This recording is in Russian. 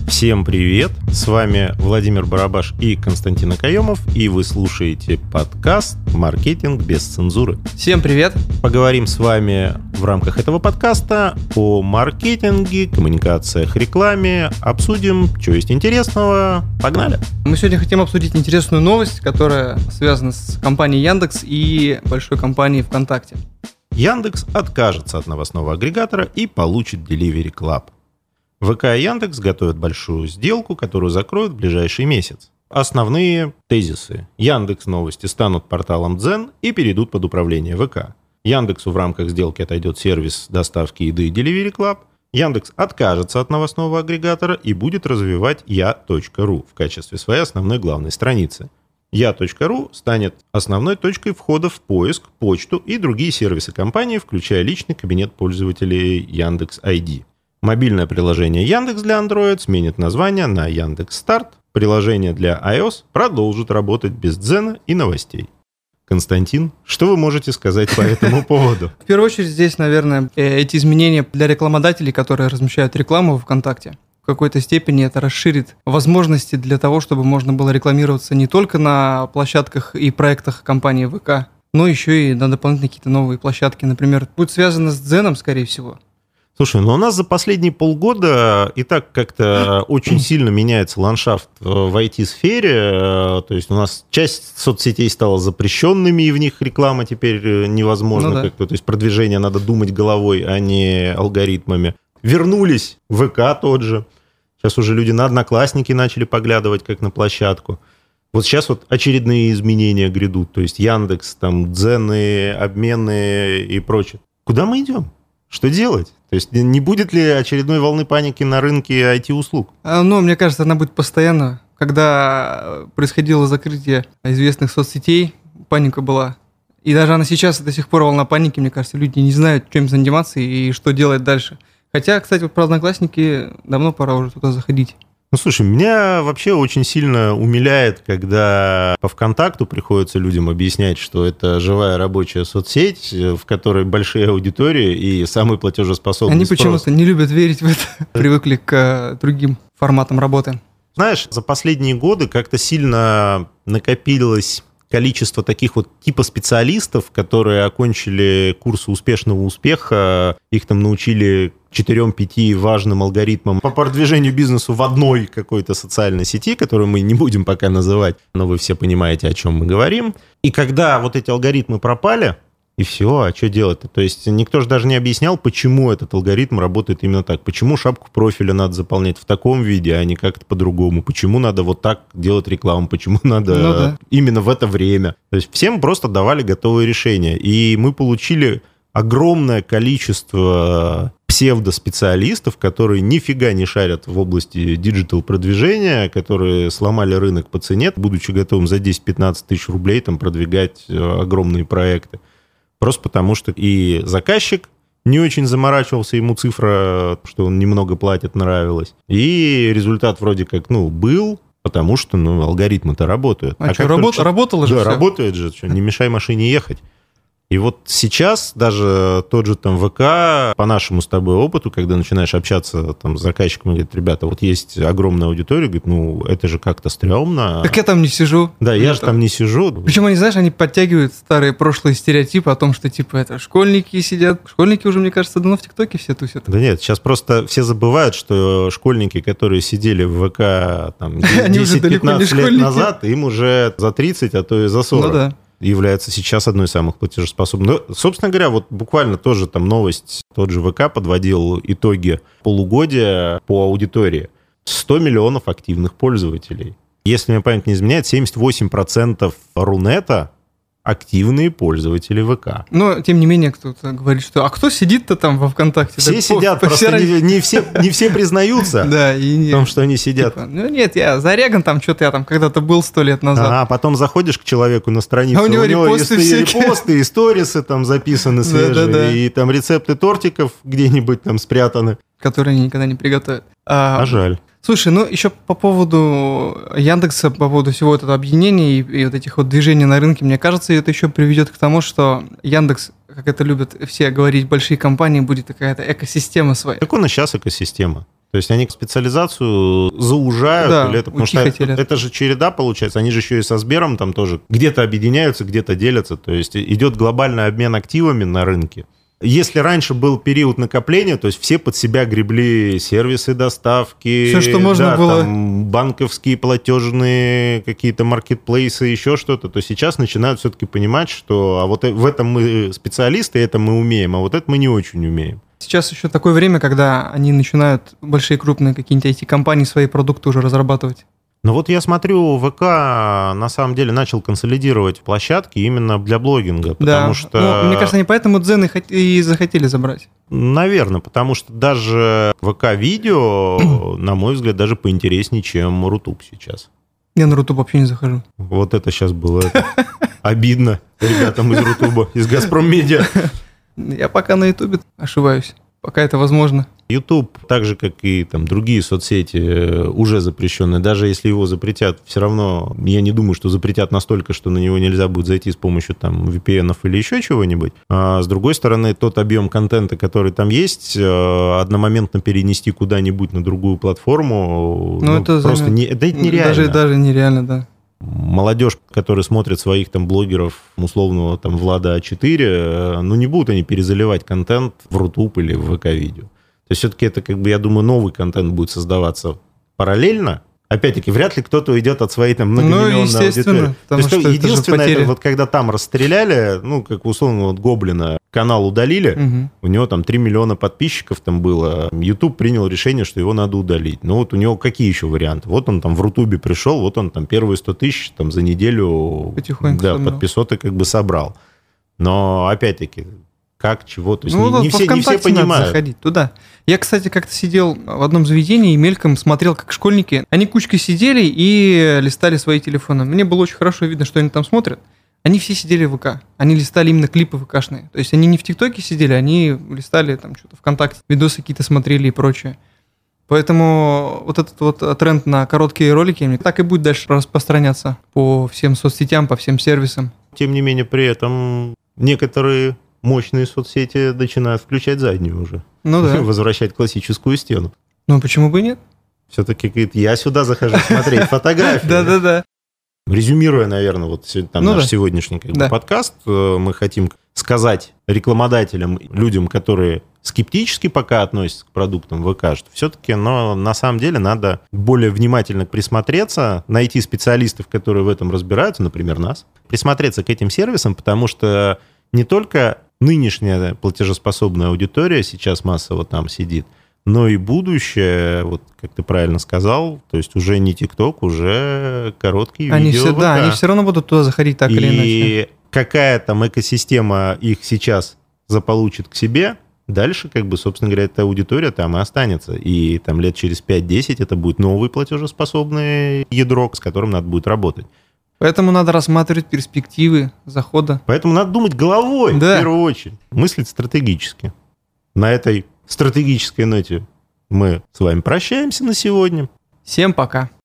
Всем привет! С вами Владимир Барабаш и Константин Акаемов, и вы слушаете подкаст «Маркетинг без цензуры». Всем привет! Поговорим с вами в рамках этого подкаста о маркетинге, коммуникациях, рекламе, обсудим, что есть интересного. Погнали! Мы сегодня хотим обсудить интересную новость, которая связана с компанией Яндекс и большой компанией ВКонтакте. Яндекс откажется от новостного агрегатора и получит Delivery Club. ВК и Яндекс готовят большую сделку, которую закроют в ближайший месяц. Основные тезисы. Яндекс Новости станут порталом Дзен и перейдут под управление ВК. Яндексу в рамках сделки отойдет сервис доставки еды Delivery Club. Яндекс откажется от новостного агрегатора и будет развивать я.ру в качестве своей основной главной страницы. Я.ру станет основной точкой входа в поиск, почту и другие сервисы компании, включая личный кабинет пользователей Яндекс.ID. Мобильное приложение Яндекс для Android сменит название на Яндекс.Старт. Приложение для iOS продолжит работать без Дзена и новостей. Константин, что вы можете сказать по этому поводу? В первую очередь здесь, наверное, эти изменения для рекламодателей, которые размещают рекламу в ВКонтакте. В какой-то степени это расширит возможности для того, чтобы можно было рекламироваться не только на площадках и проектах компании ВК, но еще и на дополнительные какие-то новые площадки. Например, будет связано с Дзеном, скорее всего. Слушай, у нас за последние полгода и так как-то очень сильно меняется ландшафт в IT-сфере. То есть у нас часть соцсетей стала запрещенными, и в них реклама теперь невозможна. Как-то. То есть продвижение надо думать головой, а не алгоритмами. Вернулись ВК тот же. Сейчас уже люди на Одноклассники начали поглядывать, как на площадку. Вот сейчас вот очередные изменения грядут. То есть Яндекс, там, Дзены, обмены и прочее. Куда мы идем? Что делать? То есть не будет ли очередной волны паники на рынке IT-услуг? Ну, мне кажется, она будет постоянно. Когда происходило закрытие известных соцсетей, паника была. И даже она сейчас до сих пор волна паники, мне кажется. Люди не знают, чем заниматься и что делать дальше. Хотя, кстати, вот про Одноклассники давно пора уже туда заходить. Ну, слушай, меня вообще очень сильно умиляет, когда по ВКонтакту приходится людям объяснять, что это живая рабочая соцсеть, в которой большие аудитории и самый платежеспособный Они спрос. Почему-то не любят верить в это, привыкли к другим форматам работы. Знаешь, за последние годы как-то сильно накопилось количество таких вот типа специалистов, которые окончили курсы успешного успеха, их там научили 4-5 важным алгоритмам по продвижению бизнесу в одной какой-то социальной сети, которую мы не будем пока называть, но вы все понимаете, о чем мы говорим. И когда вот эти алгоритмы пропали, и все, а что делать-то? То есть никто же даже не объяснял, почему этот алгоритм работает именно так. Почему шапку профиля надо заполнять в таком виде, а не как-то по-другому. Почему надо вот так делать рекламу, почему надо именно в это время. То есть всем просто давали готовые решения. И мы получили огромное количество псевдоспециалистов, которые нифига не шарят в области диджитал-продвижения, которые сломали рынок по цене, будучи готовым за 10-15 тысяч рублей там продвигать огромные проекты. Просто потому, что и заказчик не очень заморачивался, ему цифра, что он немного платит, нравилась. И результат вроде как, был, потому что, алгоритмы-то работают. А что, работало же? Да, все. Работает же, что, не мешай машине ехать. И вот сейчас даже тот же там ВК, по нашему с тобой опыту, когда начинаешь общаться там с заказчиком, говорит, ребята, вот есть огромная аудитория, говорит, это же как-то стрёмно. Так я там не сижу. Да, я же там не сижу. Причем они, знаешь, они подтягивают старые прошлые стереотипы о том, что типа это школьники сидят. Школьники уже, мне кажется, давно в ТикТоке все тусят. Да нет, сейчас просто все забывают, что школьники, которые сидели в ВК там 10-15 лет назад, им уже за 30, а то и за 40. Ну да. Является сейчас одной из самых платежеспособных. Но, собственно говоря, вот буквально тоже там новость, тот же ВК подводил итоги полугодия по аудитории. 100 миллионов активных пользователей. Если мне память не изменяет, 78% Рунета активные пользователи ВК. Но, тем не менее, кто-то говорит, что «а кто сидит-то там во ВКонтакте?» Все сидят, просто не все признаются в том, что они сидят. Нет, я зареган там, что-то я там когда-то был 100 лет назад. А потом заходишь к человеку на страницу, у него репосты и сторисы там записаны свежие, и там рецепты тортиков где-нибудь там спрятаны. Которые они никогда не приготовят. А жаль. Слушай, еще по поводу Яндекса, по поводу всего этого объединения и вот этих вот движений на рынке, мне кажется, это еще приведет к тому, что Яндекс, как это любят все говорить, большие компании, будет какая-то экосистема своя. Так он и сейчас экосистема. То есть они специализацию заужают, Да, или это, потому что это же череда получается, они же еще и со Сбером там тоже где-то объединяются, где-то делятся, то есть идет глобальный обмен активами на рынке. Если раньше был период накопления, то есть все под себя гребли сервисы доставки, все, что можно было. Там, банковские платежные какие-то маркетплейсы, еще что-то, то сейчас начинают все-таки понимать, что а вот в этом мы специалисты, это мы умеем, а вот это мы не очень умеем. Сейчас еще такое время, когда они начинают, большие крупные какие-нибудь IT-компании, свои продукты уже разрабатывать. Ну вот я смотрю, ВК на самом деле начал консолидировать площадки именно для блогинга, потому что... Мне кажется, они поэтому Дзен и захотели забрать. Наверное, потому что даже ВК-видео, на мой взгляд, даже поинтереснее, чем Рутуб сейчас. Я на Рутуб вообще не захожу. Вот это сейчас было обидно ребятам из Рутуба, из Газпром Медиа. Я пока на Ютубе ошибаюсь. Пока это возможно. YouTube, так же, как и там другие соцсети, уже запрещенные. Даже если его запретят, все равно, я не думаю, что запретят настолько, что на него нельзя будет зайти с помощью там VPN-ов или еще чего-нибудь. А с другой стороны, тот объем контента, который там есть, одномоментно перенести куда-нибудь на другую платформу, это просто это нереально. Даже нереально, да. Молодежь, которая смотрит своих там блогеров, условного там Влада А4, не будут они перезаливать контент в Рутуб или в ВК-видео. То есть все-таки это, как бы, я думаю, новый контент будет создаваться параллельно. Опять-таки, вряд ли кто-то уйдет от своей там многомиллионной аудитории. То есть единственное, это вот когда там расстреляли, как условно вот Гоблина, канал удалили, у него там 3 миллиона подписчиков там было, YouTube принял решение, что его надо удалить. Вот у него какие еще варианты? Вот он там в Рутубе пришел, вот он там первые 100 тысяч там за неделю подписоты как бы собрал. Но опять-таки... Как, чего, то есть не все понимают. Надо заходить туда. Я, кстати, как-то сидел в одном заведении и мельком смотрел, как школьники, они кучкой сидели и листали свои телефоны. Мне было очень хорошо видно, что они там смотрят. Они все сидели в ВК. Они листали именно клипы ВКшные. То есть они не в ТикТоке сидели, они листали там что-то ВКонтакте, видосы какие-то смотрели и прочее. Поэтому вот этот вот тренд на короткие ролики так и будет дальше распространяться по всем соцсетям, по всем сервисам. Тем не менее, при этом некоторые мощные соцсети начинают включать заднюю уже. Возвращать классическую стену. Почему бы и нет? Все-таки говорит, я сюда захожу смотреть фотографии. Да. Резюмируя, наверное, вот наш сегодняшний подкаст, мы хотим сказать рекламодателям, людям, которые скептически пока относятся к продуктам ВК, что все-таки, на самом деле надо более внимательно присмотреться, найти специалистов, которые в этом разбираются, например, нас, присмотреться к этим сервисам, потому что не только нынешняя платежеспособная аудитория сейчас массово там сидит, но и будущее, вот как ты правильно сказал, то есть уже не ТикТок, уже короткие видео. Они все равно будут туда заходить так или иначе. И какая там экосистема их сейчас заполучит к себе, дальше, собственно говоря, эта аудитория там и останется. И там лет через 5-10 это будет новый платежеспособный ядро, с которым надо будет работать. Поэтому надо рассматривать перспективы захода. Поэтому надо думать головой, в первую очередь. Мыслить стратегически. На этой стратегической ноте мы с вами прощаемся на сегодня. Всем пока.